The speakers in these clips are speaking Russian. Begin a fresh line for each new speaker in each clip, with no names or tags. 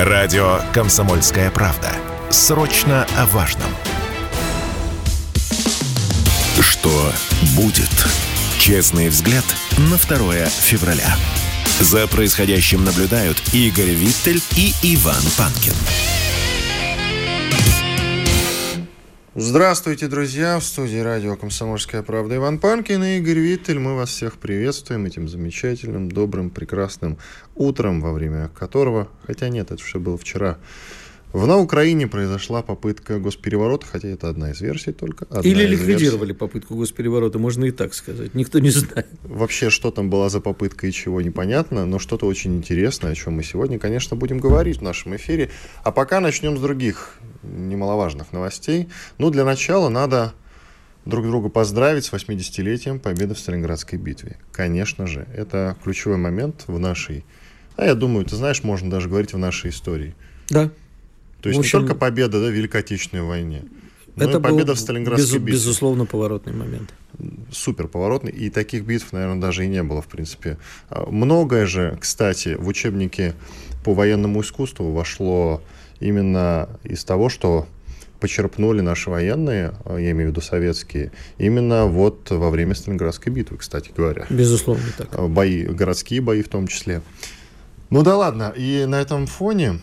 Радио «Комсомольская правда». Срочно о важном. Что будет? Честный взгляд на 2 февраля. За происходящим наблюдают Игорь Виттель и Иван Панкин.
Здравствуйте, друзья! В студии радио «Комсомольская правда» Иван Панкин и Игорь Виттель. Мы вас всех приветствуем этим замечательным, добрым, прекрасным утром, во время которого, хотя нет, это все было вчера, на Украине произошла попытка госпереворота, хотя это одна из версий только.
Или ликвидировали попытку госпереворота, можно и так сказать. Никто не знает.
Вообще, что там была за попытка и чего, непонятно, но что-то очень интересное, о чем мы сегодня, конечно, будем говорить в нашем эфире. А пока начнем с других немаловажных новостей. Для начала надо друг друга поздравить с 80-летием победы в Сталинградской битве. Конечно же, это ключевой момент в нашей, я думаю, ты знаешь, можно даже говорить в нашей истории.
Да.
То есть не только победа в Великой Отечественной войне, но
это
и победа в Сталинградской битве.
Безусловно, поворотный момент.
Супер поворотный. И таких битв, наверное, даже и не было, в принципе. Многое же, кстати, в учебнике по военному искусству вошло именно из того, что почерпнули наши военные, я имею в виду советские, именно во время Сталинградской битвы, кстати говоря.
Безусловно, так.
Городские бои в том числе. Да ладно, и на этом фоне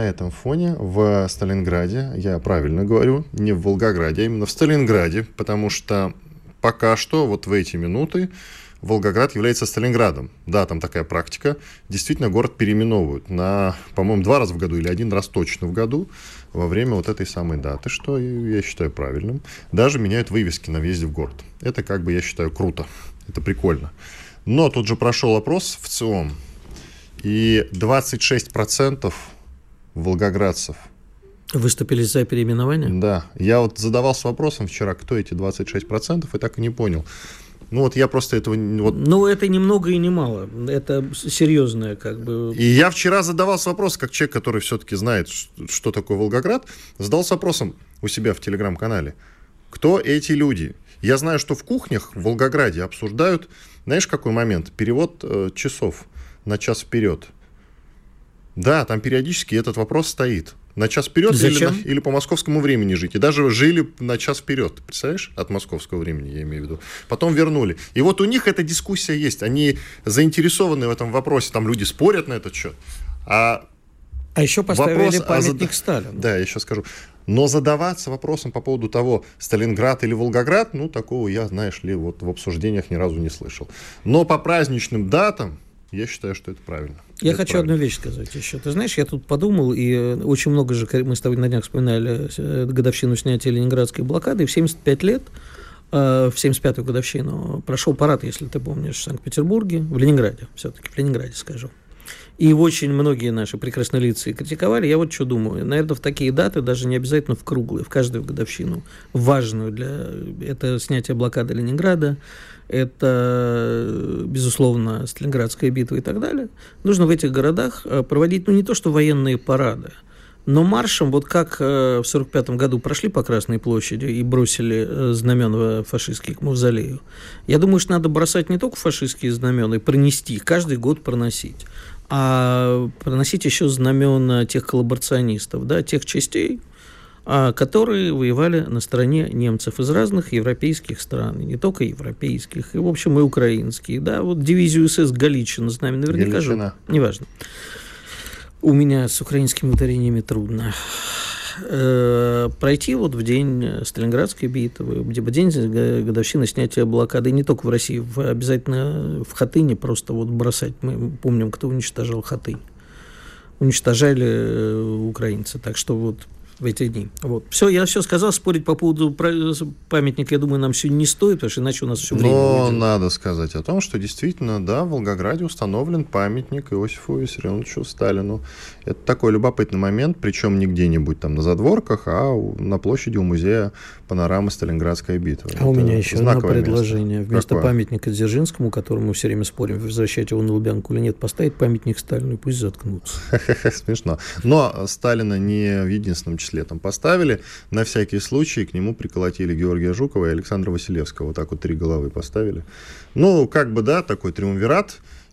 в Сталинграде, я правильно говорю, не в Волгограде, а именно в Сталинграде, потому что пока что, в эти минуты, Волгоград является Сталинградом. Да, там такая практика. Действительно, город переименовывают на, по-моему, 2 раза в году или 1 раз точно в году во время этой самой даты, что я считаю правильным. Даже меняют вывески на въезде в город. Это, я считаю, круто. Это прикольно. Но тут же прошел опрос в ЦИОМ, и 26% волгоградцев
выступили за переименование?
Да. Я задавался вопросом вчера, кто эти 26%, и так и не понял. Я просто этого...
это ни много и ни мало. Это серьезное, И
я вчера задавался вопросом, как человек, который все-таки знает, что такое Волгоград, задался вопросом у себя в телеграм-канале. Кто эти люди? Я знаю, что в кухнях в Волгограде обсуждают, знаешь, какой момент? Перевод часов на час вперед. Да, там периодически этот вопрос стоит. На час вперед или по московскому времени жить. И даже жили на час вперед, представляешь, от московского времени, я имею в виду. Потом вернули. И у них эта дискуссия есть. Они заинтересованы в этом вопросе. Там люди спорят на этот счет. А
еще поставили памятник Сталину.
Да, я сейчас скажу. Но задаваться вопросом по поводу того, Сталинград или Волгоград, такого я, знаешь ли, в обсуждениях ни разу не слышал. Но по праздничным датам я считаю, что это правильно.
Я хочу одну вещь сказать еще. Ты знаешь, я тут подумал, и очень много же, мы с тобой на днях вспоминали годовщину снятия Ленинградской блокады, и в 75 лет, в 75-ю годовщину, прошел парад, если ты помнишь, в Санкт-Петербурге, в Ленинграде, все-таки в Ленинграде скажу. И очень многие наши прекраснолицые критиковали. Я что думаю, наверное, в такие даты, даже не обязательно в круглые, в каждую годовщину, важную это снятие блокады Ленинграда, это, безусловно, Сталинградская битва и так далее, нужно в этих городах проводить, не то что военные парады, но маршем, как в 1945 году прошли по Красной площади и бросили знамена фашистские к мавзолею. Я думаю, что надо бросать не только фашистские знамена и пронести, каждый год проносить, а проносить еще знамена тех коллаборационистов, тех частей, которые воевали на стороне немцев из разных европейских стран, и не только европейских, и, в общем, и украинские. Дивизию СС Галичина с нами наверняка же. Неважно. У меня с украинскими ударениями трудно. Пройти в день Сталинградской битвы, в день годовщины снятия блокады, не только в России, обязательно в Хатыне просто бросать. Мы помним, кто уничтожал Хатынь. Уничтожали украинцы. Так что в эти дни. Все, я все сказал. Спорить по поводу памятника, я думаю, нам сегодня не стоит, потому что иначе у нас все время
Но уйдет. Надо сказать о том, что действительно, в Волгограде установлен памятник Иосифу Виссарионовичу Сталину. Это такой любопытный момент, причем не где-нибудь там на задворках, а на площади у музея панорамы Сталинградской битвы.
А у меня еще одно предложение.
Место.
Вместо памятника Дзержинскому, которому мы все время спорим, возвращать его на Лубянку или нет, поставить памятник Сталину, и пусть заткнутся.
Смешно. Но Сталина не в единственном числе там поставили. На всякий случай к нему приколотили Георгия Жукова и Александра Василевского. 3 головы поставили. Такой триумвират.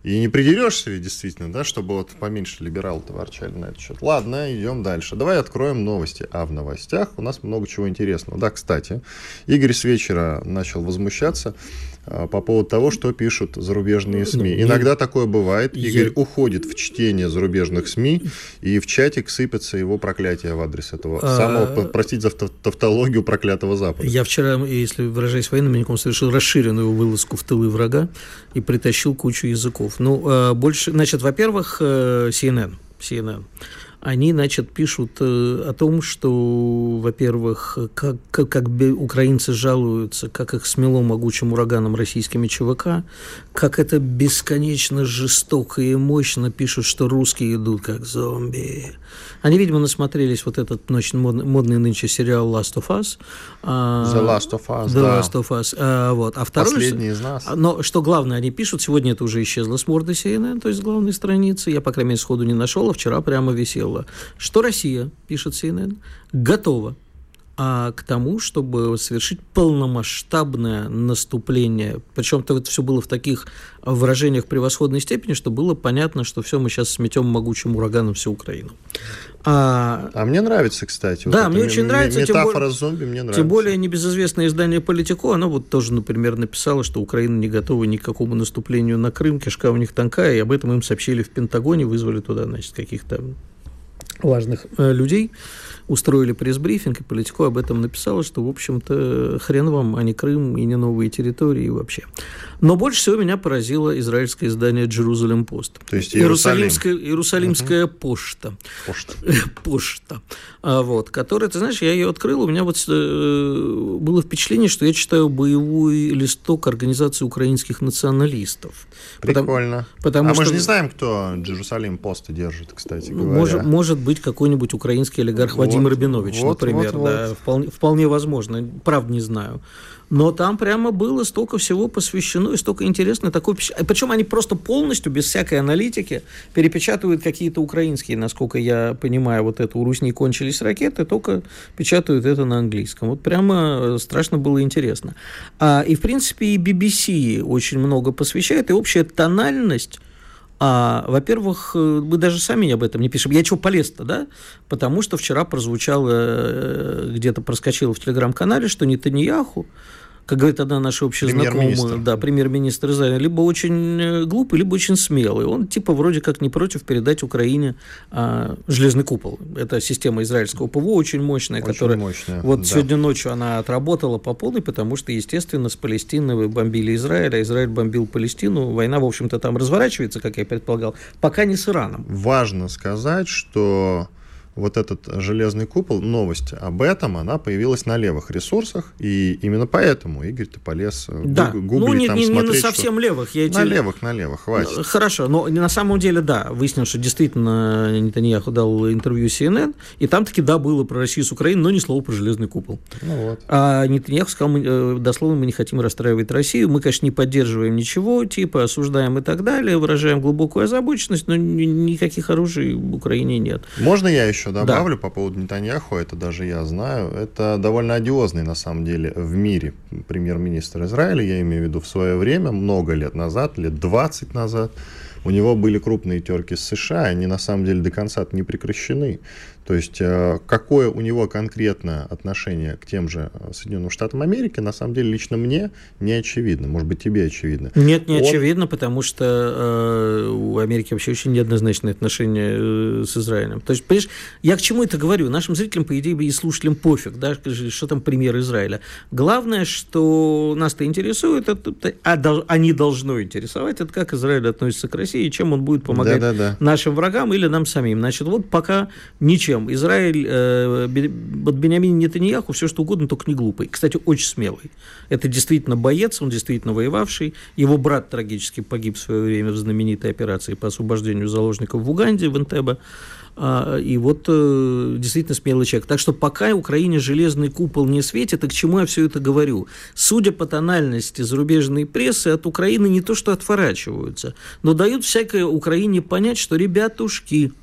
И не придерешься ведь действительно, да, чтобы вот поменьше либералы-то ворчали на этот счет. Ладно, идем дальше. Давай откроем новости. А в новостях у нас много чего интересного. Да, кстати, Игорь с вечера начал возмущаться по поводу того, что пишут зарубежные СМИ. Иногда такое бывает. Игорь уходит в чтение зарубежных СМИ, и в чатик сыпется его проклятие в адрес этого самого, простите за тавтологию, проклятого Запада.
Я вчера, если выражаясь военным языком, совершил расширенную вылазку в тылы врага и притащил кучу языков. Ну, больше, значит, во-первых, CNN. Они, значит, пишут о том, что, во-первых, как украинцы жалуются, как их смело могучим ураганом российскими ЧВК, как это бесконечно жестоко и мощно пишут, что русские идут как зомби. Они, видимо, насмотрелись вот этот модный нынче сериал Last of Us.
The Last of Us,
Last of Us. Вот. А второй,
последний из нас.
Но что главное, они пишут, сегодня это уже исчезло с морды CNN, то есть с главной страницы, я, по крайней мере, сходу не нашел, а вчера прямо висело, что Россия, пишет CNN, готова к тому, чтобы совершить полномасштабное наступление. Причем это все было в таких выражениях превосходной степени, что было понятно, что все, мы сейчас сметем могучим ураганом всю Украину.
А мне нравится, кстати.
Да, вот мне очень нравится.
Метафора зомби мне нравится.
Тем более небезызвестное издание «Политико», оно вот тоже, например, написало, что Украина не готова ни к какому наступлению на Крым, кишка у них тонкая, и об этом им сообщили в Пентагоне, вызвали туда, значит, каких-то важных людей, устроили пресс-брифинг, и «Политико» об этом написало, что, в общем-то, хрен вам, а не Крым, и не новые территории, и вообще. Но больше всего меня поразило израильское издание «Jerusalem Post».
То есть
Иерусалимская почта. Почта. Вот, которая, ты знаешь, я ее открыл, у меня вот было впечатление, что я читаю боевой листок организации украинских националистов.
Прикольно.
Потому что
мы же не знаем, кто Jerusalem Post держит, кстати говоря.
Может быть, какой-нибудь украинский олигарх Вадим Рабинович, например. Да, вполне возможно. Правда, не знаю. Но там прямо было столько всего посвящено и столько интересного. Причем они просто полностью, без всякой аналитики, перепечатывают какие-то украинские, насколько я понимаю, вот это «У Русни кончились ракеты», только печатают это на английском. Вот прямо страшно было интересно. И, в принципе, и BBC очень много посвящает, и общая тональность. Во-первых, мы даже сами об этом не пишем. Я чего полез-то, да? Потому что вчера прозвучало, где-то проскочило в телеграм-канале, что Нетаньяху, как говорит одна наша общая знакомая, премьер-министр Израиля, либо очень глупый, либо очень смелый. Он типа вроде как не против передать Украине железный купол. Это система израильского ПВО очень мощная, которая сегодня ночью она отработала по полной, потому что, естественно, с Палестины бомбили Израиль, а Израиль бомбил Палестину. Война, в общем-то, там разворачивается, как я предполагал, пока не с Ираном.
Важно сказать, что вот этот железный купол, новость об этом, она появилась на левых ресурсах, и именно поэтому Игорь-то полез гуглить, там смотреть. Не на
совсем левых.
На левых, хватит.
Хорошо, но на самом деле, да, выяснилось, что действительно Нетаньяху дал интервью CNN, и там таки, да, было про Россию с Украиной, но ни слова про железный купол. А Нетаньяху сказал, дословно, мы не хотим расстраивать Россию, мы, конечно, не поддерживаем ничего, типа осуждаем и так далее, выражаем глубокую озабоченность, но никаких оружий в Украине нет.
Можно я еще добавлю по поводу Нетаньяху, это даже я знаю, это довольно одиозный на самом деле в мире премьер-министр Израиля, я имею в виду в свое время, много лет назад, лет 20 назад, у него были крупные терки с США, они на самом деле до конца не прекращены. То есть, какое у него конкретное отношение к тем же Соединенным Штатам Америки, на самом деле, лично мне не очевидно. Может быть, тебе очевидно.
Нет, не очевидно, потому что у Америки вообще очень неоднозначные отношения с Израилем. То есть, понимаешь, я к чему это говорю? Нашим зрителям, по идее, и слушателям пофиг, да, что там премьер Израиля. Главное, что нас-то интересует, они должно интересовать, это как Израиль относится к России, и чем он будет помогать нашим врагам или нам самим. Значит, вот пока ничем. Израиль, вот Биньямин Нетаньяху, все что угодно, только не глупый. Кстати, очень смелый. Это действительно боец, он действительно воевавший. Его брат трагически погиб в свое время в знаменитой операции по освобождению заложников в Уганде, в Энтебе. И вот действительно смелый человек. Так что пока Украине железный купол не светит, и к чему я все это говорю? Судя по тональности зарубежной прессы, от Украины не то что отворачиваются, но дают всякой Украине понять, что, ребятушки,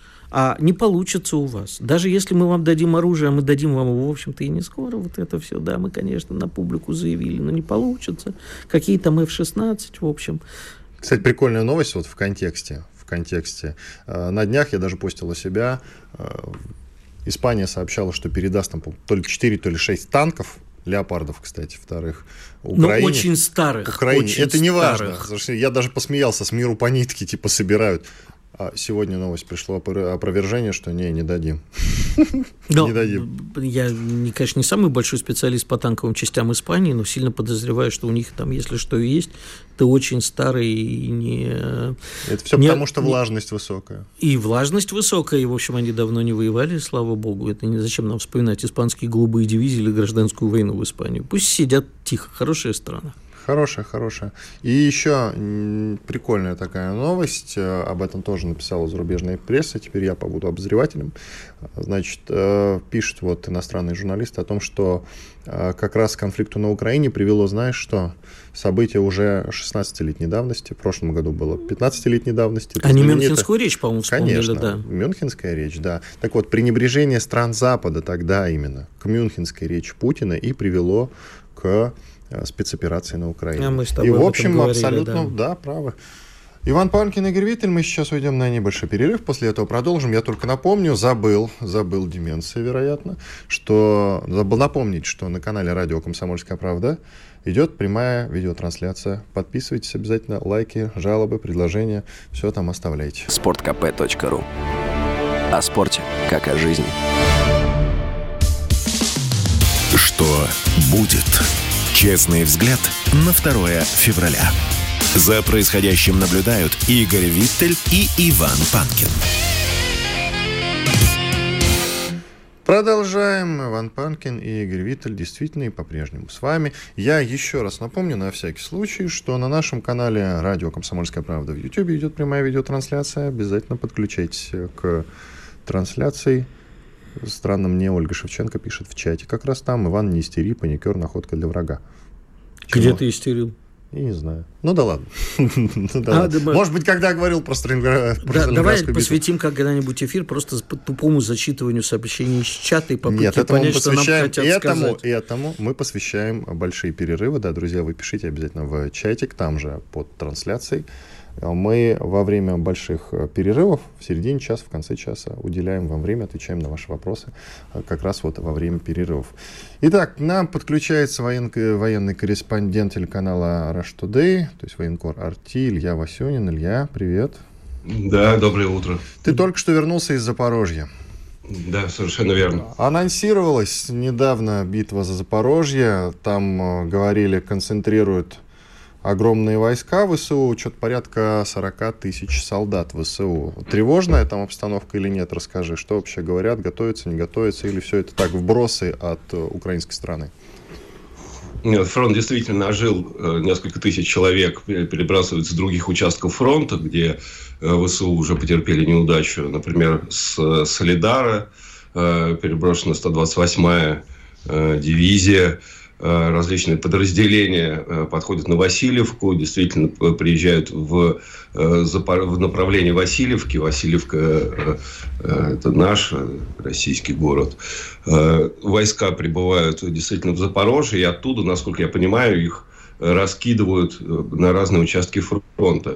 не получится у вас. Даже если мы вам дадим оружие, а мы дадим вам его, в общем-то, и не скоро, вот это все, да, мы, конечно, на публику заявили, но не получится. Какие там F-16, в общем.
Кстати, прикольная новость вот в контексте. На днях я даже постил у себя. Испания сообщала, что передаст там то ли 4, то ли 6 танков, леопардов, кстати, вторых, Украине.
Но очень старых.
Украине.
Очень
это не важно.
старых.
Я даже посмеялся, с миру по нитке, типа, собирают. А сегодня новость пришло опровержение, что не дадим. Не дадим.
Я, конечно, не самый большой специалист по танковым частям Испании, но сильно подозреваю, что у них там, если что и есть, то очень старый и не...
Это все потому, что влажность высокая.
И влажность высокая, и, в общем, они давно не воевали, слава богу. Это не зачем нам вспоминать испанские голубые дивизии или гражданскую войну в Испании. Пусть сидят тихо, хорошая страна.
Хорошая. И еще прикольная такая новость, об этом тоже написала зарубежная пресса, теперь я побуду обозревателем. Значит, пишут вот иностранные журналисты о том, что как раз к конфликту на Украине привело, знаешь что, событие уже 16-летней давности, в прошлом году было 15-летней давности.
Они Мюнхенскую речь, по-моему, вспомнили,
конечно,
да.
Мюнхенская речь, да. Так вот, пренебрежение стран Запада тогда именно к Мюнхенской речи Путина и привело к спецоперации на Украине.
А мы с тобой
и, в общем,
говорили,
абсолютно, да, правы. Иван Панкин, Игорь Виттель. Мы сейчас уйдем на небольшой перерыв, после этого продолжим. Я только напомню, забыл деменция, вероятно, забыл напомнить, что на канале радио «Комсомольская правда» идет прямая видеотрансляция. Подписывайтесь обязательно, лайки, жалобы, предложения, все там оставляйте.
sportkp.ru. О спорте, как о жизни.
Что будет? Честный взгляд на 2 февраля. За происходящим наблюдают Игорь Виттель и Иван Панкин.
Продолжаем. Иван Панкин и Игорь Виттель действительно и по-прежнему с вами. Я еще раз напомню, на всякий случай, что на нашем канале радио «Комсомольская правда» в YouTube идет прямая видеотрансляция. Обязательно подключайтесь к трансляции. Странно, мне Ольга Шевченко пишет в чате. Как раз там: Иван, не истери, паникер, находка для врага.
Где ты истерил?
Я не знаю. Ну да ладно. Может быть, когда я говорил про Сталинградскую
Давай
битву.
посвятим когда-нибудь эфир просто по тупому зачитыванию сообщений из чата и попытке
Нет, этому
понять,
мы
что нам
посвящаем,
хотят сказать.
Этому мы посвящаем большие перерывы. Да, друзья, вы пишите обязательно в чатик, там же под трансляцией. Мы во время больших перерывов, в середине часа, в конце часа, уделяем вам время, отвечаем на ваши вопросы как раз вот во время перерывов. Итак, к нам подключается военный корреспондент телеканала Rush Today, то есть военкор Арти, Илья Васюнин. Илья, привет.
Да, доброе утро.
Ты только что вернулся из Запорожья.
Да, совершенно верно.
Анонсировалась недавно битва за Запорожье. Там, говорили, концентрируют огромные войска ВСУ, что-то порядка 40 тысяч солдат ВСУ. Тревожная там обстановка или нет? Расскажи, что вообще говорят, готовятся, не готовятся, или все это так, вбросы от украинской стороны?
Нет, фронт действительно ожил, несколько тысяч человек перебрасываются с других участков фронта, где ВСУ уже потерпели неудачу. Например, с Солидара переброшена 128-я дивизия. Различные подразделения подходят на Васильевку, действительно приезжают в направлении Васильевки. Васильевка – это наш российский город. Войска прибывают действительно в Запорожье, и оттуда, насколько я понимаю, их раскидывают на разные участки фронта.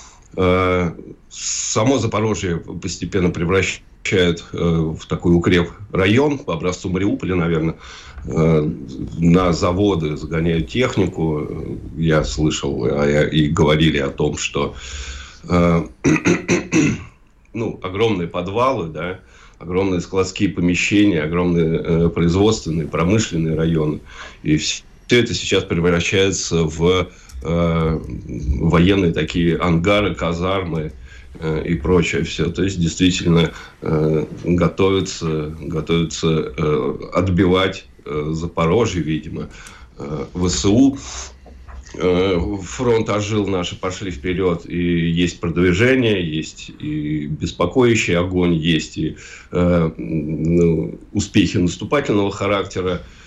Само Запорожье постепенно превращает в такой укрепрайон, по образцу Мариуполя, наверное. На заводы загоняют технику. Я слышал и говорили о том, что огромные подвалы, да, огромные складские помещения, огромные производственные, промышленные районы. И все это сейчас превращается в военные такие ангары, казармы и прочее все. То есть, действительно, готовятся отбивать Запорожье, видимо, ВСУ. Фронт ожил, наши пошли вперед, и есть продвижение, есть и беспокоящий огонь, есть и успехи наступательного характера.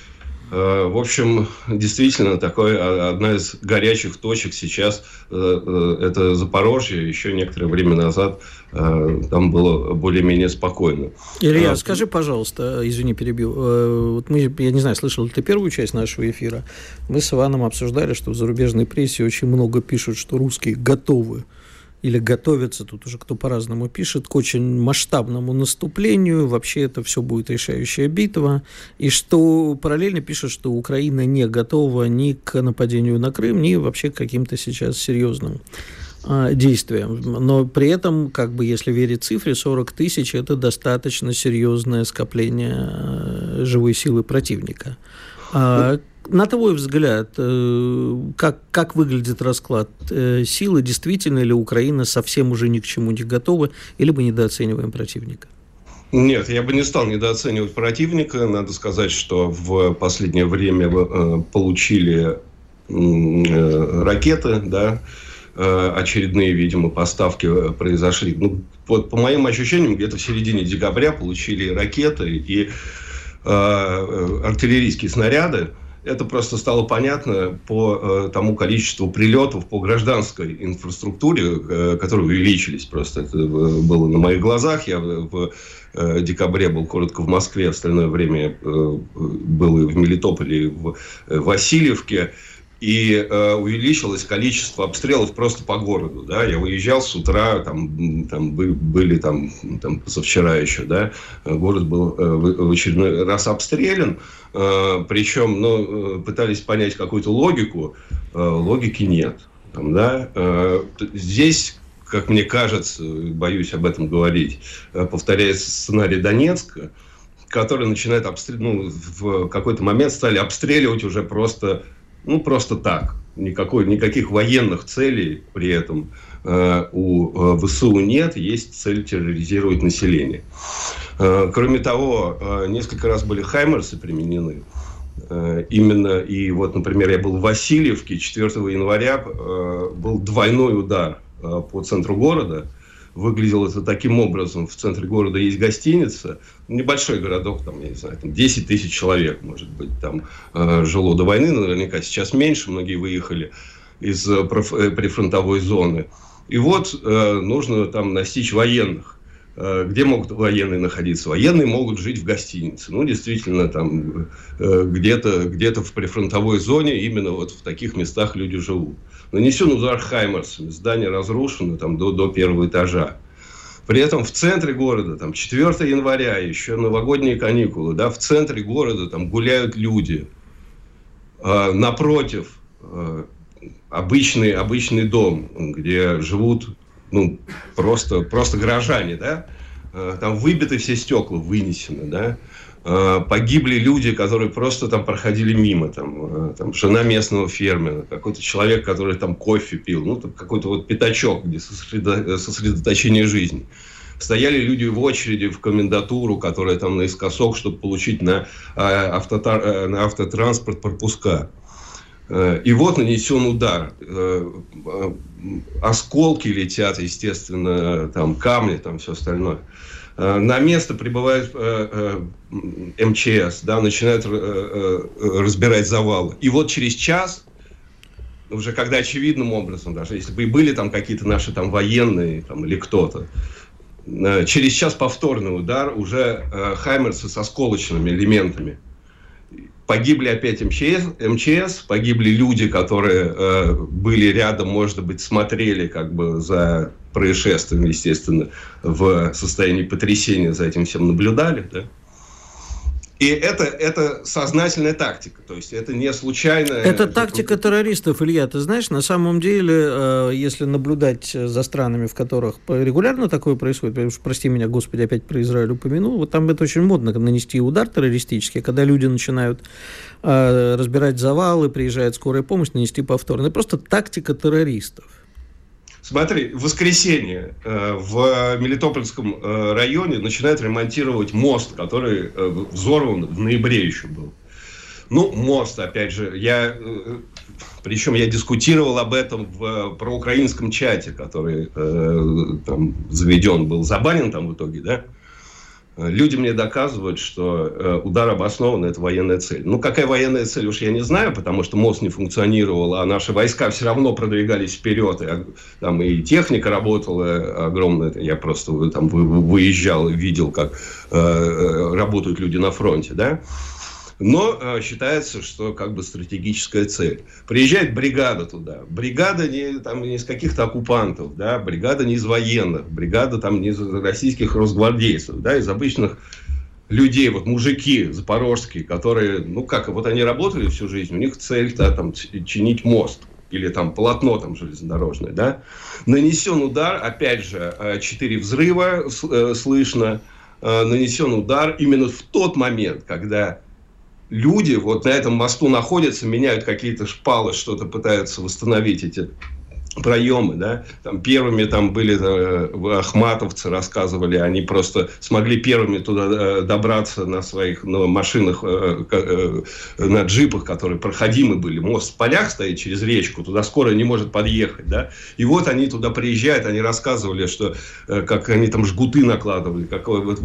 В общем, действительно, одна из горячих точек сейчас это Запорожье. Еще некоторое время назад там было более-менее спокойно.
Илья, скажи, пожалуйста, извини, перебил. Вот я не знаю, слышал ли ты первую часть нашего эфира. Мы с Иваном обсуждали, что в зарубежной прессе очень много пишут, что русские готовы или готовятся, тут уже кто по-разному пишет, к очень масштабному наступлению, вообще это все будет решающая битва, и что параллельно пишут, что Украина не готова ни к нападению на Крым, ни вообще к каким-то сейчас серьезным действиям. Но при этом, если верить цифре, 40 тысяч – это достаточно серьезное скопление живой силы противника. На твой взгляд, как выглядит расклад силы? Действительно ли Украина совсем уже ни к чему не готова, или мы недооцениваем противника?
Нет, я бы не стал недооценивать противника. Надо сказать, что в последнее время получили ракеты, да, очередные, видимо, поставки произошли. Вот по моим ощущениям, где-то в середине декабря получили ракеты и артиллерийские снаряды. Это просто стало понятно по тому количеству прилетов по гражданской инфраструктуре, которые увеличились. Просто это было на моих глазах. Я в декабре был коротко в Москве, остальное время был и в Мелитополе, и в Васильевке. И увеличилось количество обстрелов просто по городу. Да? Я выезжал с утра, были позавчера еще, да? Город был в очередной раз обстрелян. Причем пытались понять какую-то логику. Логики нет. Здесь, как мне кажется, боюсь об этом говорить, повторяется сценарий Донецка, который начинает в какой-то момент стали обстреливать уже просто так. Никаких военных целей при этом у ВСУ нет. Есть цель терроризировать население. Кроме того, несколько раз были хаймерсы применены. Именно, и вот, например, я был в Васильевке, 4 января был двойной удар по центру города. Выглядело это таким образом. В центре города есть гостиница. Небольшой городок, я не знаю, 10 тысяч человек, может быть, там жило до войны. Наверняка сейчас меньше. Многие выехали из прифронтовой зоны. И вот нужно там настичь военных. Где могут военные находиться? Военные могут жить в гостинице. Действительно, там где-то в прифронтовой зоне именно вот в таких местах люди живут. Нанесен удар хаймерсами. Здание разрушено до первого этажа. При этом в центре города, 4 января, еще новогодние каникулы, да, в центре города гуляют люди. Напротив обычный дом, где живут просто горожане, да? Там выбиты все стекла, вынесены, да? Погибли люди, которые просто проходили мимо, жена местного фермера, какой-то человек, который кофе пил, какой-то пятачок, где сосредоточение жизни. Стояли люди в очереди в комендатуру, которая наискосок, чтобы получить на автотранспорт пропуска. И вот нанесен удар. Осколки летят, естественно, камни, все остальное. На место прибывает МЧС, да, начинают разбирать завалы. И вот через час, уже когда очевидным образом, даже если бы и были какие-то наши военные или кто-то, через час повторный удар, уже хаймерсы с осколочными элементами. Погибли опять МЧС, погибли люди, которые были рядом, может быть, смотрели за происшествием, естественно, в состоянии потрясения за этим всем наблюдали. Да? И это сознательная тактика, то есть это не случайно.
Это тактика террористов, Илья. Ты знаешь, на самом деле, если наблюдать за странами, в которых регулярно такое происходит, потому что, прости меня, Господи, опять про Израиль упомянул, вот там это очень модно, нанести удар террористический, когда люди начинают разбирать завалы, приезжает скорая помощь, нанести повторно. Это просто тактика террористов.
Смотри, в воскресенье в Мелитопольском районе начинают ремонтировать мост, который взорван в ноябре еще был. Мост, опять же, причем я дискутировал об этом в проукраинском чате, который заведен был, забанен в итоге, да? Люди мне доказывают, что удар обоснованный – это военная цель. Ну, какая военная цель, уж я не знаю, потому что мост не функционировал, а наши войска все равно продвигались вперед. Там и техника работала огромная. Я просто там выезжал и видел, как работают люди на фронте, да. Но считается, что как бы стратегическая цель. Приезжает бригада туда. Бригада не из каких-то оккупантов, да? Бригада не из военных, бригада там не из российских росгвардейцев, да? Из обычных людей, вот мужики запорожские, которые, вот они работали всю жизнь, у них цель-то там чинить мост или там полотно там железнодорожное, да? Нанесен удар, опять же, 4 взрыва слышно, нанесен удар именно в тот момент, когда люди вот на этом мосту находятся, меняют какие-то шпалы, что-то пытаются восстановить эти проемы, да. Там первыми там были ахматовцы, рассказывали, они просто смогли первыми туда добраться на своих машинах, на джипах, которые проходимы были. Мост в полях стоит через речку, туда скорая не может подъехать, да. И вот они туда приезжают, они рассказывали, что как они там жгуты накладывали, как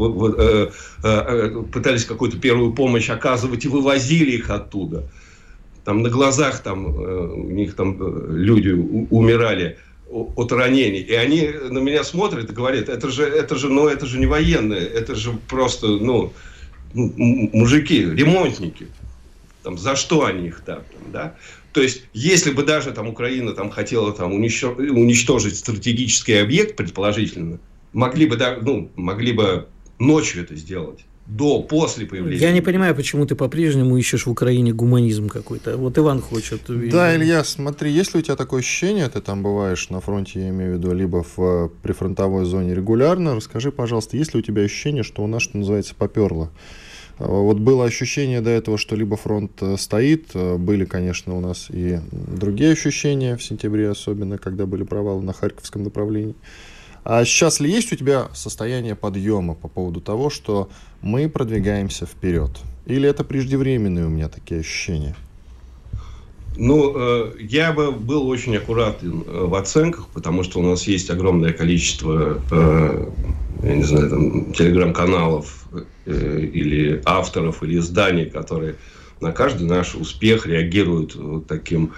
пытались какую-то первую помощь оказывать и вывозили их оттуда. Там на глазах там, у них там люди умирали от ранений. И они на меня смотрят и говорят, это же не военные, это же просто, мужики, ремонтники. Там, за что они их так, да? То есть, если бы даже там Украина там хотела там уничтожить стратегический объект, предположительно, могли бы ночью это сделать. После появления.
Я не понимаю, почему ты по-прежнему ищешь в Украине гуманизм какой-то. Вот Иван хочет.
Да, Илья, смотри, есть ли у тебя такое ощущение, ты там бываешь на фронте, я имею в виду, либо в прифронтовой зоне регулярно, расскажи, пожалуйста, есть ли у тебя ощущение, что у нас, что называется, поперло? Вот было ощущение до этого, что либо фронт стоит, были, конечно, у нас и другие ощущения в сентябре, особенно, когда были провалы на Харьковском направлении. А сейчас ли есть у тебя состояние подъема по поводу того, что мы продвигаемся вперед? Или это преждевременные у меня такие ощущения?
Я бы был очень аккуратен в оценках, потому что у нас есть огромное количество, я не знаю, там, телеграм-каналов или авторов, или изданий, которые на каждый наш успех реагируют вот таким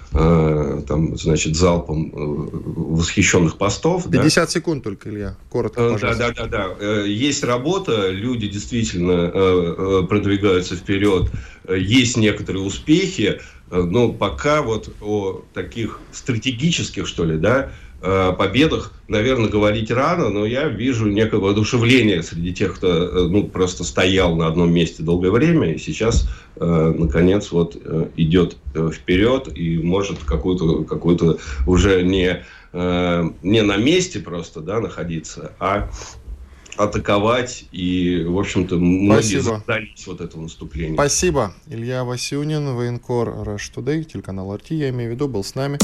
залпом восхищенных постов.
50 секунд только, Илья. Коротко, пожалуйста.
Да. Есть работа, люди действительно продвигаются вперед, есть некоторые успехи, но пока вот о таких стратегических, что ли, победах, наверное, говорить рано, но я вижу некое воодушевление среди тех, кто просто стоял на одном месте долгое время и сейчас, наконец, идет вперед и может какую-то уже не на месте просто находиться, а атаковать. И, в общем-то, многие задались это наступление.
Спасибо. Илья Васюнин, военкор Rush Today, телеканал RT, я имею в виду, был с нами.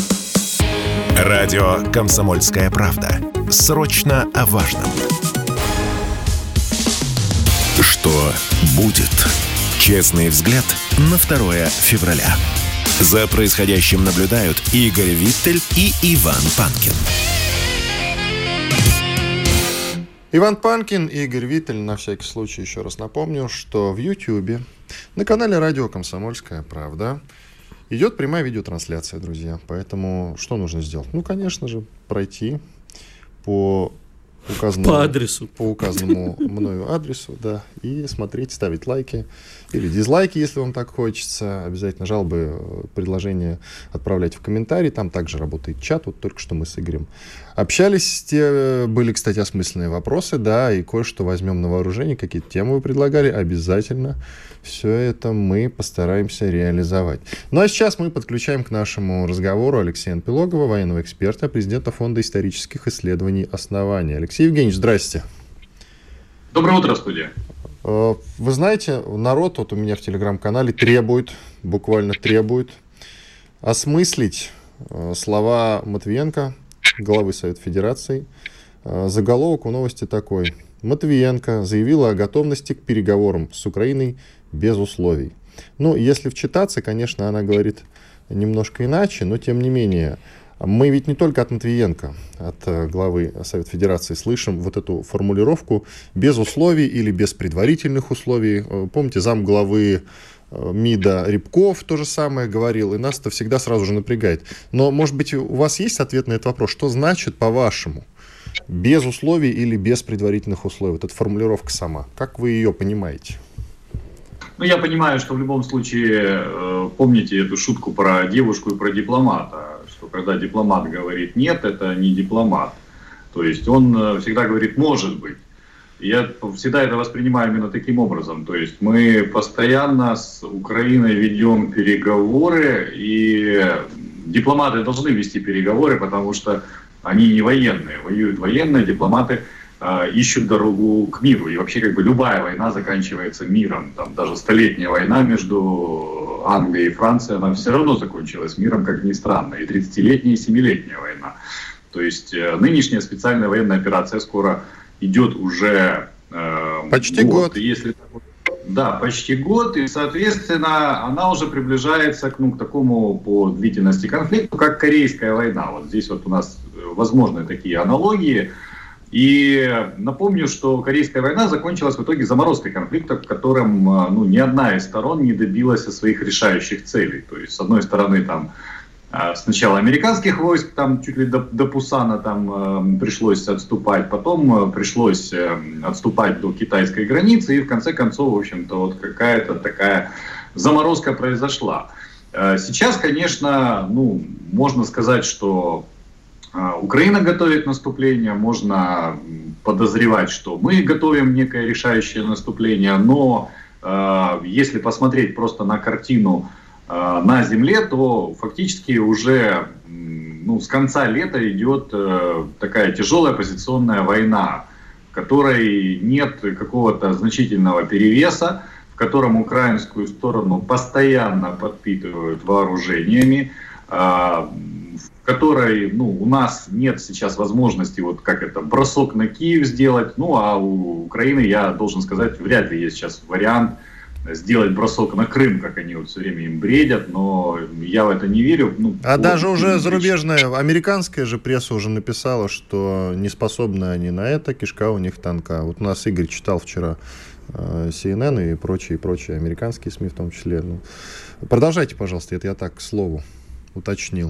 Радио «Комсомольская правда». Срочно о важном. Что будет? Честный взгляд на 2 февраля. За происходящим наблюдают Игорь Виттель и Иван Панкин.
Иван Панкин и Игорь Виттель. На всякий случай еще раз напомню, что в Ютьюбе на канале «Радио Комсомольская правда» идет прямая видеотрансляция, друзья. Поэтому что нужно сделать? Конечно же, пройти по указанному мною адресу, и смотреть, ставить лайки или дизлайки, если вам так хочется. Обязательно жалобы, предложения отправлять в комментарии. Там также работает чат. Вот только что мы с Игорем общались. Были, кстати, осмысленные вопросы, и кое-что возьмем на вооружение. Какие-то темы вы предлагали. Обязательно все это мы постараемся реализовать. Ну а сейчас мы подключаем к нашему разговору Алексея Анпилогова, военного эксперта, президента Фонда исторических исследований «Основания». Алексей Евгеньевич, здрасте.
Доброе утро, студия.
Вы знаете, народ у меня в телеграм-канале буквально требует осмыслить слова Матвиенко, главы Совета Федерации. Заголовок у новости такой: Матвиенко заявила о готовности к переговорам с Украиной без условий. Если вчитаться, конечно, она говорит немножко иначе, но тем не менее. Мы ведь не только от Матвиенко, от главы Совета Федерации, слышим вот эту формулировку «без условий» или «без предварительных условий». Помните, замглавы МИДа Рябков то же самое говорил, и нас это всегда сразу же напрягает. Но, может быть, у вас есть ответ на этот вопрос? Что значит, по-вашему, без условий или без предварительных условий? Вот эта формулировка сама. Как вы ее понимаете?
Ну, я понимаю, что в любом случае, помните эту шутку про девушку и про дипломата, что когда дипломат говорит «нет», это не дипломат. То есть он всегда говорит «может быть». Я всегда это воспринимаю именно таким образом. То есть мы постоянно с Украиной ведем переговоры, и дипломаты должны вести переговоры, потому что они не военные. Воюют военные, дипломаты ищут дорогу к миру. И вообще как бы любая война заканчивается миром. Там даже столетняя война между Англией и Францией, она все равно закончилась миром, как ни странно. И 30-летняя, и 7-летняя война. То есть нынешняя специальная военная операция скоро идет уже
почти год.
Если, да, почти год, и, соответственно, она уже приближается к такому по длительности конфликту, как Корейская война. Вот здесь вот у нас возможны такие аналогии. И напомню, что Корейская война закончилась в итоге заморозкой конфликта, в котором ни одна из сторон не добилась своих решающих целей. То есть, с одной стороны, там сначала американских войск, там чуть ли до Пусана там пришлось отступать, потом пришлось отступать до китайской границы, и в конце концов, в общем-то, вот какая-то такая заморозка произошла. Сейчас, конечно, можно сказать, что Украина готовит наступление, можно подозревать, что мы готовим некое решающее наступление, но если посмотреть просто на картину на земле, то фактически уже с конца лета идет такая тяжелая позиционная война, в которой нет какого-то значительного перевеса, в котором украинскую сторону постоянно подпитывают вооружениями, в которой у нас нет сейчас возможности бросок на Киев сделать, а у Украины, я должен сказать, вряд ли есть сейчас вариант сделать бросок на Крым, как они все время им бредят, но я в это не верю.
Даже уже зарубежная, американская же пресса уже написала, что не способны они на это, кишка у них тонка. Вот у нас Игорь читал вчера CNN и прочие американские СМИ в том числе. Продолжайте, пожалуйста, это я так к слову уточнил.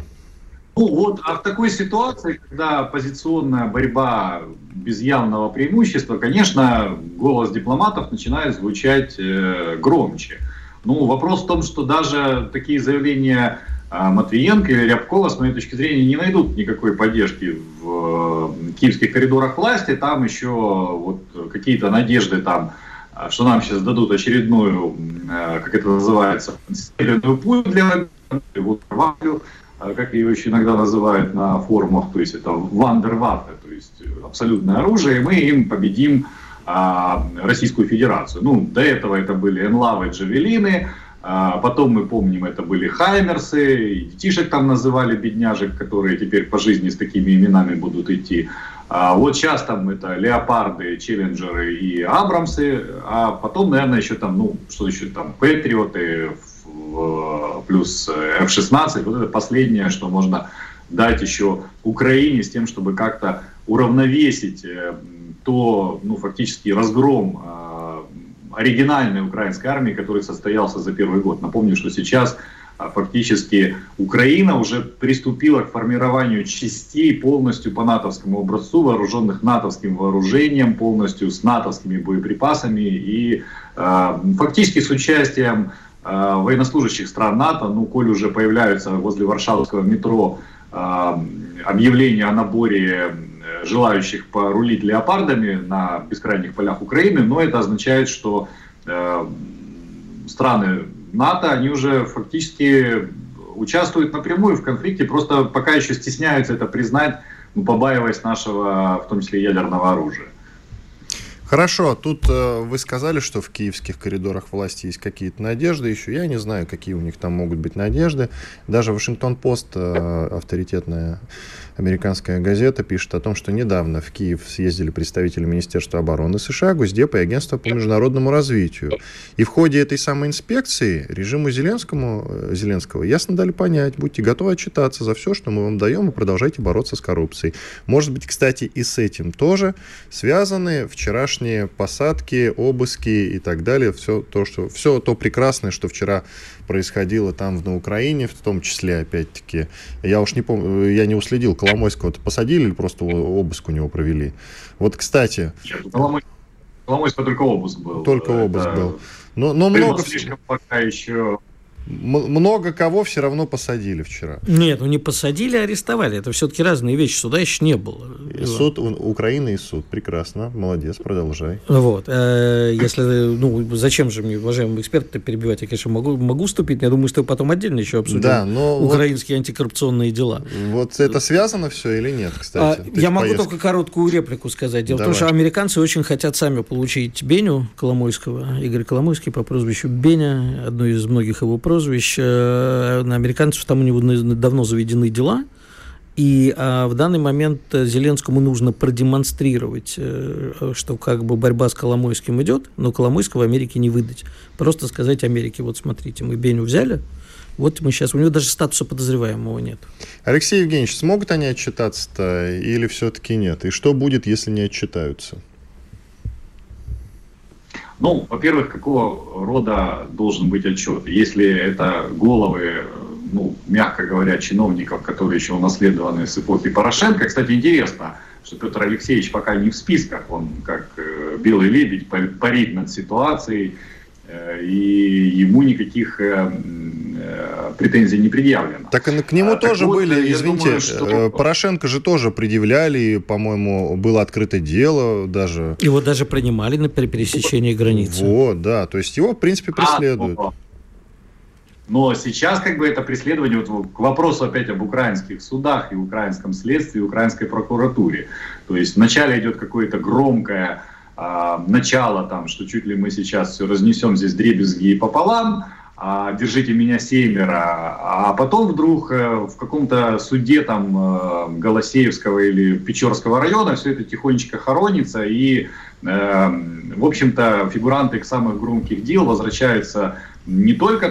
А в такой ситуации, когда позиционная борьба без явного преимущества, конечно, голос дипломатов начинает звучать громче. Вопрос в том, что даже такие заявления Матвиенко или Рябкова, с моей точки зрения, не найдут никакой поддержки в киевских коридорах власти. Там еще какие-то надежды, что нам сейчас дадут очередную, как это называется, северную пулю для вагнеров, как ее еще иногда называют на форумах, то есть это вандерваффе, то есть абсолютное оружие, и мы им победим Российскую Федерацию. До этого это были энлавы, джавелины, потом мы помним, это были хаймерсы, и детишек там называли бедняжек, которые теперь по жизни с такими именами будут идти. Вот сейчас там это леопарды, челленджеры и абрамсы, а потом, наверное, еще там, патриоты, плюс F-16, вот это последнее, что можно дать еще Украине с тем, чтобы как-то уравновесить фактически разгром оригинальной украинской армии, который состоялся за первый год. Напомню, что сейчас фактически Украина уже приступила к формированию частей полностью по натовскому образцу, вооруженных натовским вооружением, полностью с натовскими боеприпасами и фактически с участием военнослужащих стран НАТО. Коль уже появляются возле Варшавского метро объявления о наборе желающих порулить леопардами на бескрайних полях Украины, но это означает, что страны НАТО, они уже фактически участвуют напрямую в конфликте, просто пока еще стесняются это признать, побаиваясь нашего, в том числе, ядерного оружия.
Хорошо, тут вы сказали, что в киевских коридорах власти есть какие-то надежды еще. Я не знаю, какие у них там могут быть надежды. Даже Вашингтон-Пост, авторитетная американская газета, пишет о том, что недавно в Киев съездили представители Министерства обороны США, Госдепа и Агентства по международному развитию. И в ходе этой самой инспекции режиму Зеленского ясно дали понять: будьте готовы отчитаться за все, что мы вам даем, и продолжайте бороться с коррупцией. Может быть, кстати, и с этим тоже связаны вчерашние посадки, обыски и так далее. Все то прекрасное, что вчера происходило там на Украине, в том числе, опять-таки, я уж не помню, я не уследил, Коломойского-то посадили или просто обыск у него провели? Вот, кстати...
Коломойского только обыск был.
Только обыск был. Но много...
Слишком пока еще...
Много кого все равно посадили вчера.
Нет, не посадили, а арестовали. Это все-таки разные вещи. Суда еще не было.
Суд, Украина и суд. Прекрасно. Молодец, продолжай.
Вот. Если, зачем же мне, уважаемый эксперт, перебивать? Я, конечно, могу вступить, но я думаю, что потом отдельно еще обсудим украинские антикоррупционные дела.
Вот это связано все или нет, кстати?
Я могу только короткую реплику сказать. Дело в том, что американцы очень хотят сами получить Беню Коломойского, Игорь Коломойский по прозвищу Беня, одно из многих его прозвищ. На американцев там у него давно заведены дела, и в данный момент Зеленскому нужно продемонстрировать, что как бы борьба с Коломойским идет, но Коломойского Америке не выдать. Просто сказать Америке: вот смотрите, мы Беню взяли, вот мы сейчас, у него даже статуса подозреваемого нет.
Алексей Евгеньевич, смогут они отчитаться-то или все-таки нет? И что будет, если не отчитаются?
Ну, во-первых, какого рода должен быть отчет? Если это головы, мягко говоря, чиновников, которые еще унаследованы с эпохи Порошенко. Кстати, интересно, что Петр Алексеевич пока не в списках, он как белый лебедь парит над ситуацией, и ему никаких претензий не предъявлено.
Так и к нему тоже были, извините, Порошенко же тоже предъявляли, по-моему, было открыто дело даже.
Его даже принимали на пересечении границы.
Вот, да, то есть его, в принципе, преследуют.
Но сейчас это преследование, к вопросу опять об украинских судах и украинском следствии, и украинской прокуратуре. То есть вначале идет какое-то громкое начало, что чуть ли мы сейчас все разнесем здесь дребезги и пополам, держите меня семеро, а потом вдруг в каком-то суде Голосеевского или Печорского района все это тихонечко хоронится, и, в общем-то, фигуранты самых громких дел возвращаются не только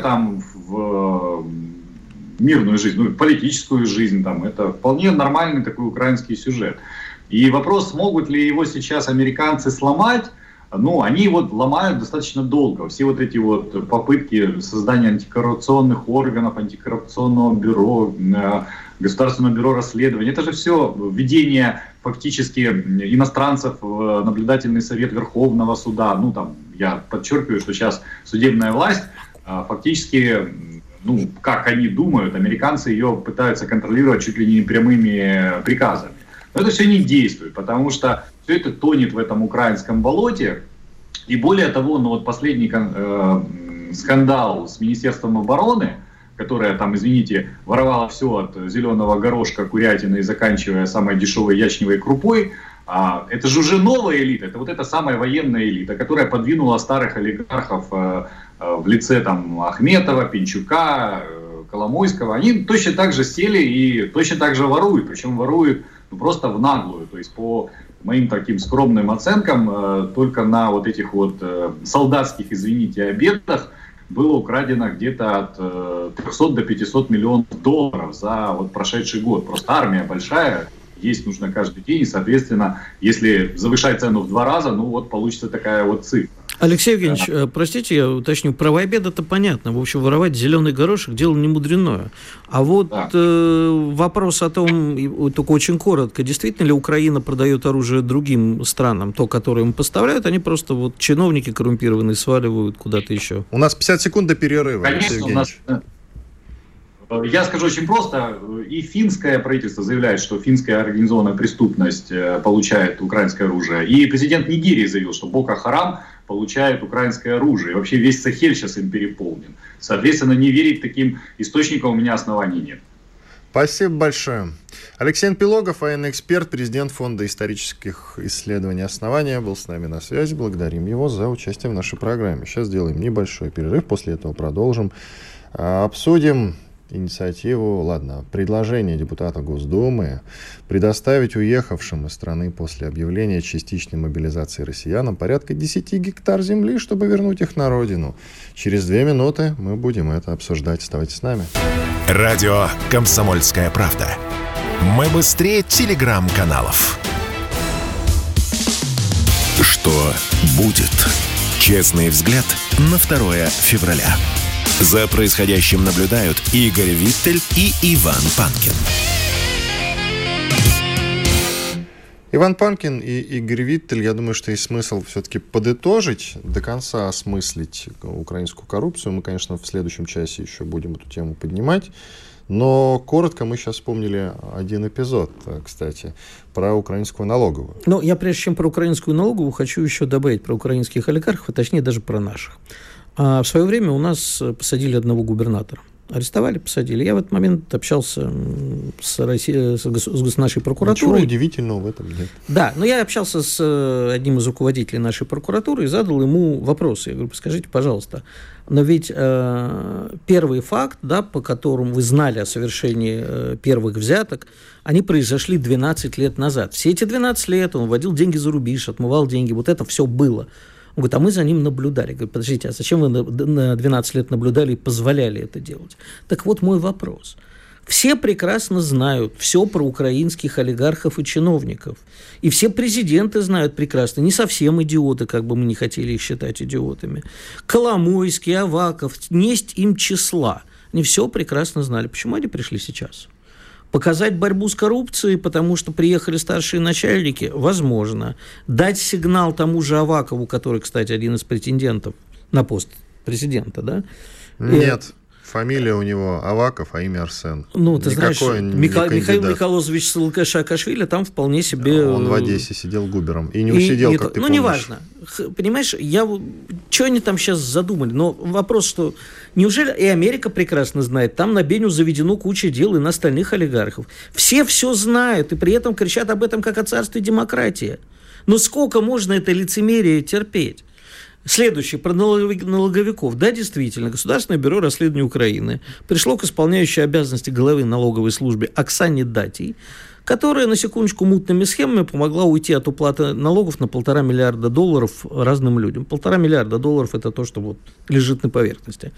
в мирную жизнь, но и в политическую жизнь. Это вполне нормальный такой украинский сюжет. И вопрос, смогут ли его сейчас американцы сломать, они ломают достаточно долго. Все эти попытки создания антикоррупционных органов, антикоррупционного бюро, Государственного бюро расследований, это же все введение фактически иностранцев в наблюдательный совет Верховного суда. Я подчеркиваю, что сейчас судебная власть фактически, как они думают, американцы ее пытаются контролировать чуть ли не прямыми приказами. Но это все не действует, потому что все это тонет в этом украинском болоте. И более того, последний скандал с Министерством обороны, которое извините, воровало все от зеленого горошка, курятины и заканчивая самой дешевой ячневой крупой, это же уже новая элита, это эта самая военная элита, которая подвинула старых олигархов в лице Ахметова, Пинчука, Коломойского. Они точно так же сели и точно так же воруют, причем воруют просто в наглую. То есть по моим таким скромным оценкам, только на этих солдатских, извините, обедах было украдено где-то от 300 до 500 миллионов долларов за прошедший год. Просто армия большая, есть нужно каждый день, и, соответственно, если завышать цену в 2 раза, получится такая цифра.
Алексей Евгеньевич, простите, я уточню, про обед-то понятно. В общем, воровать зеленый горошек – дело не мудряное. А вопрос о том, только очень коротко, действительно ли Украина продает оружие другим странам, то, которое им поставляют, они просто чиновники коррумпированные сваливают куда-то еще?
У нас 50 секунд до перерыва, Алексей Евгеньевич.
Я скажу очень просто. И финское правительство заявляет, что финская организованная преступность получает украинское оружие. И президент Нигерии заявил, что Боко-Харам получает украинское оружие. И вообще весь Сахель сейчас им переполнен. Соответственно, не верить таким источникам у меня оснований нет.
Спасибо большое. Алексей Пилогов, военный эксперт, президент Фонда исторических исследований «Основания», был с нами на связи. Благодарим его за участие в нашей программе. Сейчас сделаем небольшой перерыв, после этого продолжим. Обсудим предложение депутата Госдумы предоставить уехавшим из страны после объявления частичной мобилизации россиянам порядка 10 гектар земли, чтобы вернуть их на родину. Через 2 минуты мы будем это обсуждать. Оставайтесь с нами.
Радио «Комсомольская правда». Мы быстрее телеграм-каналов. Что будет? Честный взгляд на 2 февраля. За происходящим наблюдают Игорь Виттель и Иван Панкин.
Иван Панкин и Игорь Виттель, я думаю, что есть смысл все-таки подытожить, до конца осмыслить украинскую коррупцию. Мы, конечно, в следующем часе еще будем эту тему поднимать. Но коротко мы сейчас вспомнили один эпизод, кстати, про украинскую налоговую.
Ну, я прежде чем про украинскую налоговую, хочу еще добавить про украинских олигархов, а точнее даже про наших. В свое время у нас посадили одного губернатора. Арестовали, посадили. Я в этот момент общался с нашей прокуратурой.
Ничего удивительного в этом нет.
Да, но я общался с одним из руководителей нашей прокуратуры и задал ему вопросы. Я говорю, скажите, пожалуйста, но ведь первый факт, да, по которому вы знали о совершении первых взяток, они произошли 12 лет назад. Все эти 12 лет он вводил деньги за рубеж, отмывал деньги. Вот это все было. Он говорит, а мы за ним наблюдали. Я говорю, подождите, а зачем вы на 12 лет наблюдали и позволяли это делать? Так вот мой вопрос. Все прекрасно знают все про украинских олигархов и чиновников. И все президенты знают прекрасно. Не совсем идиоты, как бы мы не хотели их считать идиотами. Коломойский, Аваков, несть им числа. Они все прекрасно знали. Почему они пришли сейчас? Показать борьбу с коррупцией, потому что приехали старшие начальники? Возможно. Дать сигнал тому же Авакову, который, кстати, один из претендентов на пост президента, да?
Нет. Фамилия у него Аваков, а имя Арсен.
Ну, ты знаешь, Михаил Михайлович Саакашвили там вполне себе...
Он в Одессе сидел губером. И не усидел, как ты помнишь.
Ну, неважно. Понимаешь, что они там сейчас задумали? Но вопрос, что... Неужели и Америка прекрасно знает? Там на Беню заведено куча дел и на остальных олигархов. Все знают, и при этом кричат об этом как о царстве демократии. Но сколько можно это лицемерие терпеть? Следующий, про налоговиков. Да, действительно, Государственное бюро расследований Украины пришло к исполняющей обязанности главы налоговой службы Оксане Датей, которая, на секундочку, мутными схемами помогла уйти от уплаты налогов на $1,5 миллиарда разным людям. $1,5 миллиарда – это то, что вот лежит на поверхности.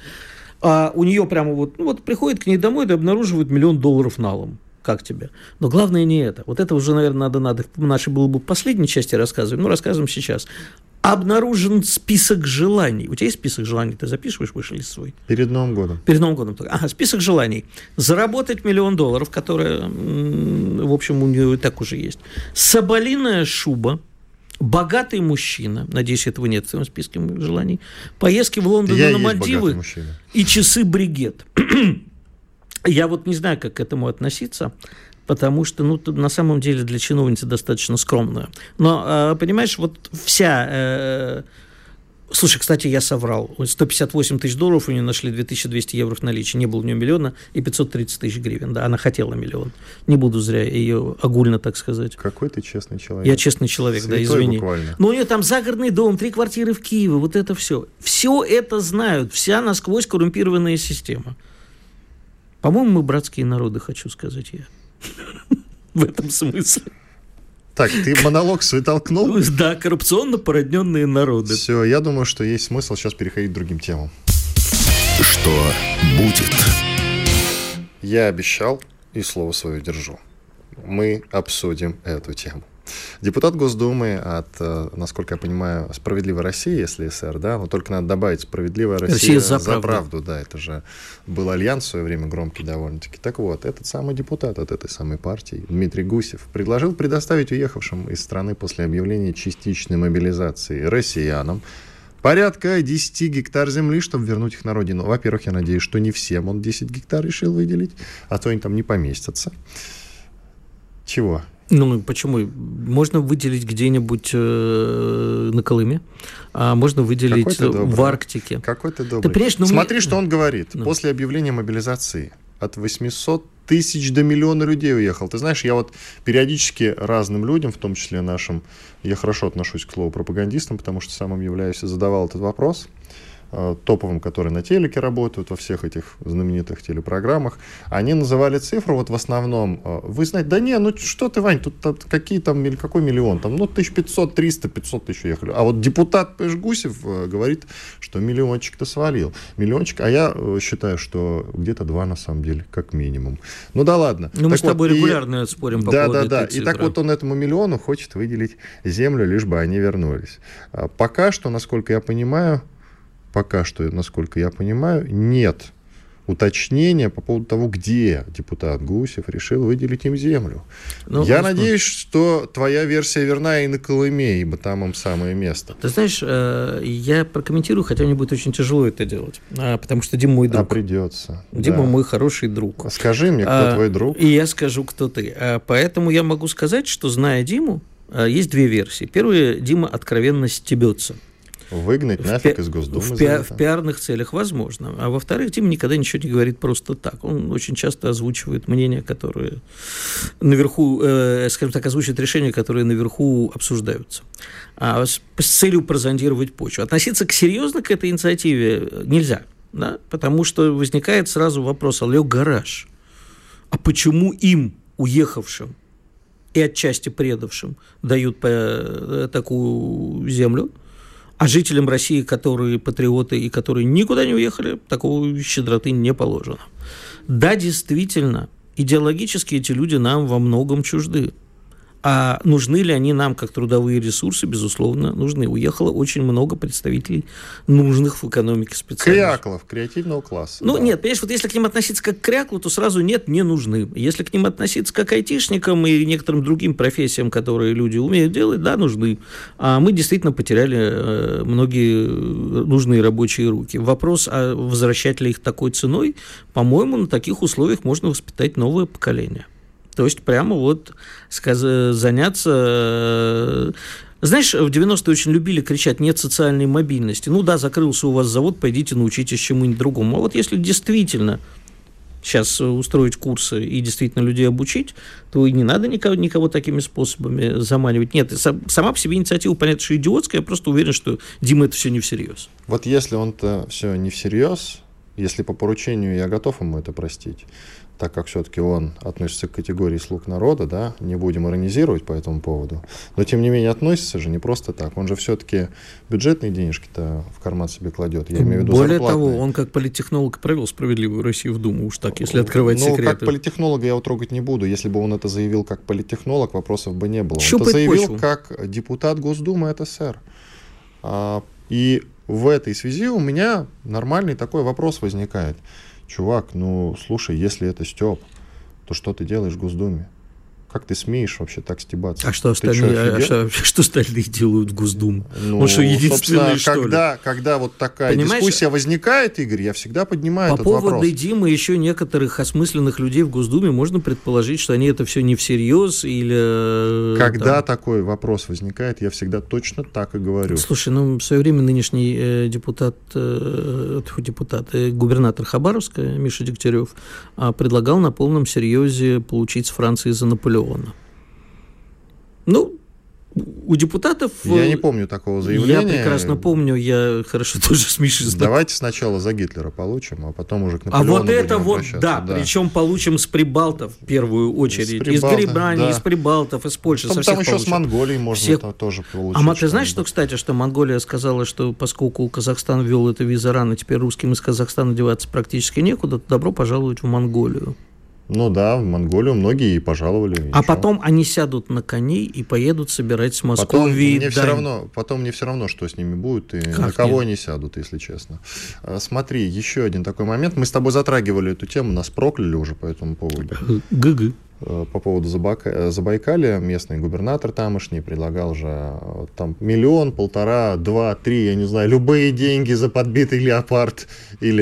А у нее прямо приходит к ней домой и обнаруживает $1 миллион налом. Как тебе? Но главное не это. Вот это уже, наверное, надо в нашей было бы в последней части рассказывать, но рассказываем сейчас. Обнаружен список желаний. У тебя есть список желаний? Ты записываешь, вышли свой?
Перед Новым годом.
Перед Новым годом. Ага, список желаний. Заработать $1 миллион, которое, в общем, у нее и так уже есть. Соболиная шуба. Богатый мужчина. Надеюсь, этого нет в своем списке желаний. Поездки в Лондон и на Мальдивы. И часы бригет. Я вот не знаю, как к этому относиться, потому что, на самом деле для чиновницы достаточно скромная. Но, понимаешь, вот вся... Слушай, кстати, я соврал. $158 тысяч у нее нашли, 2200 евро в наличии. Не было у нее миллиона и 530 тысяч гривен. Да, она хотела миллион. Не буду зря ее огульно, так сказать.
Какой ты честный человек.
Я честный человек, святой, да, извини.
Буквально.
Но у нее там загородный дом, 3 квартиры в Киеве, вот это все. Все это знают, вся насквозь коррумпированная система. По-моему, мы братские народы, хочу сказать я. В этом смысле.
Так, ты монолог свой толкнул?
Да, коррупционно породненные народы.
Все, я думаю, что есть смысл сейчас переходить к другим темам.
Что будет?
Я обещал и слово свое держу. Мы обсудим эту тему. Депутат Госдумы от, насколько я понимаю, «Справедливой России», если СР, да, но только надо добавить «Справедливая Россия за правду». Да, это же был альянс в свое время громкий довольно-таки. Так вот, этот самый депутат от этой самой партии, Дмитрий Гусев, предложил предоставить уехавшим из страны после объявления частичной мобилизации россиянам порядка 10 гектар земли, чтобы вернуть их на родину. Во-первых, я надеюсь, что не всем он 10 гектар решил выделить, а то они там не поместятся. Чего?
Ну, почему? Можно выделить где-нибудь на Колыме, а можно выделить в Арктике.
Какой ты добрый. Ты, смотри, что он говорит. После объявления мобилизации от 800 тысяч до миллиона людей уехал. Ты знаешь, я вот периодически разным людям, в том числе нашим, я хорошо отношусь к слову пропагандистам, потому что сам им являюсь, и задавал этот вопрос, топовым, которые на телеке работают, во всех этих знаменитых телепрограммах, они называли цифру вот в основном, вы знаете, да не, ну что ты, Вань, тут какой миллион, там, ну 1500, 300, 500 тысяч уехали. А вот депутат Гусев говорит, что миллиончик-то свалил. Миллиончик, а я считаю, что где-то 2 на самом деле, как минимум. Ну да ладно.
Ну мы с тобой регулярно спорим по поводу этой цифры.
И так вот он этому миллиону хочет выделить землю, лишь бы они вернулись. Пока что, насколько я понимаю, нет уточнения по поводу того, где депутат Гусев решил выделить им землю. Ну, я надеюсь, что твоя версия верна и на Колыме, ибо там им самое место.
Ты знаешь, я прокомментирую, хотя мне будет очень тяжело это делать, потому что Дима мой друг.
Придется.
Дима мой хороший друг.
Скажи мне, кто твой друг.
И я скажу, кто ты. Поэтому я могу сказать, что, зная Диму, есть 2 версии. Первая, Дима откровенно стебется.
Выгнать нафиг из Госдумы.
В пиарных целях возможно. А во-вторых, Дима никогда ничего не говорит просто так. Он очень часто озвучивает мнения, которые наверху, скажем так, озвучивает решения, которые наверху обсуждаются. С целью прозондировать почву. Относиться серьезно к этой инициативе нельзя, да? Потому что возникает сразу вопрос: алло, гараж, а почему им, уехавшим и отчасти предавшим, дают такую землю? А жителям России, которые патриоты и которые никуда не уехали, такой щедроты не положено. Да, действительно, идеологически эти люди нам во многом чужды. А нужны ли они нам как трудовые ресурсы? Безусловно, нужны. Уехало очень много представителей нужных в экономике специалистов.
Кряклов, креативного класса.
Ну, да. Нет, понимаешь, вот если к ним относиться как к кряклу, то сразу нет, не нужны. Если к ним относиться как к айтишникам и некоторым другим профессиям, которые люди умеют делать, да, нужны. А мы действительно потеряли многие нужные рабочие руки. Вопрос, а возвращать ли их такой ценой, по-моему, на таких условиях можно воспитать новое поколение. То есть прямо вот заняться... Знаешь, в 90-е очень любили кричать: нет социальной мобильности. Ну да, закрылся у вас завод, пойдите научитесь чему-нибудь другому. А вот если действительно сейчас устроить курсы и действительно людей обучить, то и не надо никого такими способами заманивать. Нет, сама по себе инициатива, понятно, что идиотская, я просто уверен, что Дима это все не всерьез.
Вот если он-то все не всерьез, если по поручению, я готов ему это простить, так как все-таки он относится к категории слуг народа, да, не будем иронизировать по этому поводу, но тем не менее относится же не просто так, он же все-таки бюджетные денежки-то в карман себе кладет, я имею в виду
более
зарплатные.
того, он как политтехнолог провел «Справедливую Россию» в Думу, уж так, если открывать секреты.
Ну, как политехнолога я его трогать не буду, если бы он это заявил как политехнолог, вопросов бы не было. Он
Щупать
это заявил
почву.
как депутат Госдумы СССР. И в этой связи у меня нормальный такой вопрос возникает. Чувак, ну, слушай, если это стёб, то что ты делаешь в Госдуме? Как ты смеешь вообще так стебаться?
А что остальные делают в Госдуме?
Ну,
он что, единственный, что ли?
Когда вот такая дискуссия возникает, Игорь, я всегда поднимаю этот вопрос.
По поводу Димы и еще некоторых осмысленных людей в Госдуме можно предположить, что они это все не всерьез или...
Когда такой вопрос возникает, я всегда точно так и говорю.
Слушай, ну, в свое время нынешний губернатор Хабаровска Миша Дегтярев предлагал на полном серьезе получить с Франции за Наполеона. Ну, у депутатов...
Я не помню такого заявления.
Я прекрасно помню, я хорошо тоже с Мишей знаком.
Давайте сначала за Гитлера получим, а потом уже к Наполеону
будем
обращаться.
А вот это вот, да, причем получим с Прибалтов в первую очередь. Из Германии, да. Из Прибалтов, из Польши.
Там еще получим. С Монголией можно тоже получить.
А ты знаешь, что, кстати, что Монголия сказала, что поскольку Казахстан ввел эту визу рано, теперь русским из Казахстана деваться практически некуда, то добро пожаловать в Монголию.
Ну да, в Монголию многие и пожаловали.
А потом они сядут на коней и поедут собирать с Московии дань.
Потом мне все равно, что с ними будет и на кого они сядут, если честно. Смотри, еще один такой момент. Мы с тобой затрагивали эту тему, нас прокляли уже по этому поводу. По поводу Забайкалья местный губернатор тамошний предлагал же там 1 миллион, 1,5, 2, 3, я не знаю, любые деньги за подбитый леопард или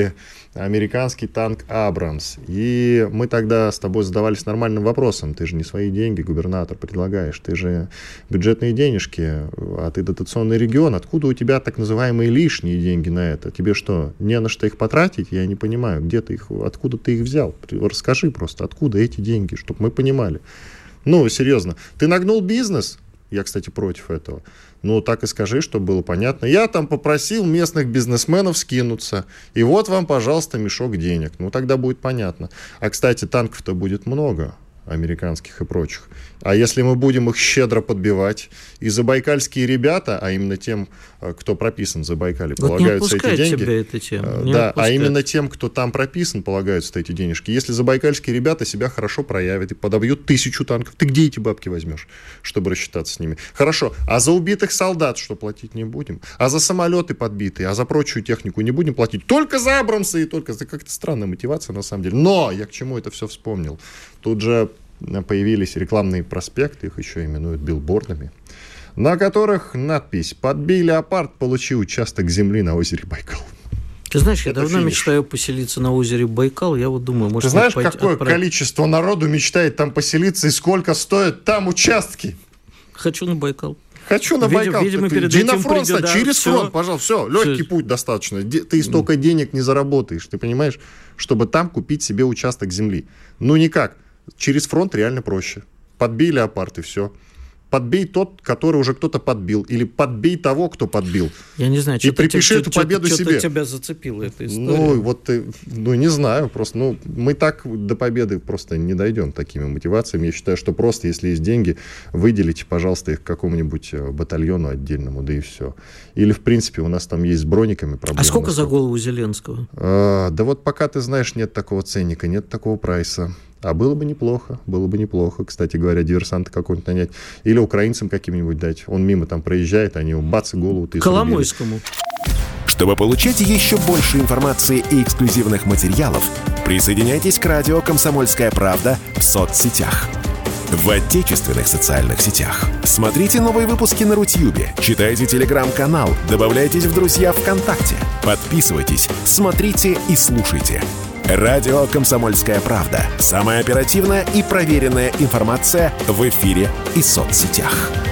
американский танк «Абрамс». И мы тогда с тобой задавались нормальным вопросом. Ты же не свои деньги, губернатор, предлагаешь. Ты же бюджетные денежки, а ты дотационный регион. Откуда у тебя так называемые лишние деньги на это? Тебе что, не на что их потратить? Я не понимаю, где ты их, откуда ты их взял? Расскажи просто, откуда эти деньги, чтобы мы понимали. Ну, серьезно. Ты нагнул бизнес? Я, кстати, против этого. Ну, так и скажи, чтобы было понятно. Я там попросил местных бизнесменов скинуться. И вот вам, пожалуйста, мешок денег. Ну, тогда будет понятно. А, кстати, танков-то будет много, американских и прочих. А если мы будем их щедро подбивать, и забайкальские ребята, а именно тем, кто прописан в Забайкале, вот полагаются эти деньги.
Тебя эта тема.
Да, а именно тем, кто там прописан, полагаются эти денежки. Если забайкальские ребята себя хорошо проявят и подобьют 1000 танков, ты где эти бабки возьмешь, чтобы рассчитаться с ними? Хорошо, а за убитых солдат что, платить не будем? А за самолеты подбитые, а за прочую технику не будем платить? Только за Абрамсы и только за... Как-то странная мотивация, на самом деле. Но я к чему это все вспомнил? Тут же появились рекламные проспекты, их еще именуют билбордами, на которых надпись «Подбей леопард, получи участок земли на озере Байкал».
Ты знаешь, я давно мечтаю поселиться на озере Байкал. Я вот думаю, может...
Ты знаешь, какое количество народу мечтает там поселиться и сколько стоят там участки?
Хочу на Байкал.
Хочу на Байкал.
Видимо,
иди на фронт, через фронт, пожалуйста. Все, легкий путь достаточно. Ты столько денег не заработаешь, ты понимаешь, чтобы там купить себе участок земли. Ну, никак. Через фронт реально проще. Подбей леопард, и все. Подбей тот, который уже кто-то подбил. Или подбей того, кто подбил.
Я не знаю,
и припиши эту победу себе.
Что тебя зацепила эта история?
Ну, вот, не знаю. Просто, мы так до победы просто не дойдем такими мотивациями. Я считаю, что просто, если есть деньги, выделите, пожалуйста, их какому-нибудь батальону отдельному, да и все. Или, в принципе, у нас там есть с брониками проблемы.
А сколько за голову Зеленского?
Да вот пока, ты знаешь, нет такого ценника, нет такого прайса. А было бы неплохо, кстати говоря, диверсанта какого-нибудь нанять. Или украинцам каким-нибудь дать. Он мимо там проезжает, они его бац, и голову ты
Коломойскому.
Чтобы получать еще больше информации и эксклюзивных материалов, присоединяйтесь к радио «Комсомольская правда» в соцсетях. В отечественных социальных сетях. Смотрите новые выпуски на Рутьюбе, читайте телеграм-канал, добавляйтесь в друзья ВКонтакте, подписывайтесь, смотрите и слушайте. Радио «Комсомольская правда». Самая оперативная и проверенная информация в эфире и соцсетях.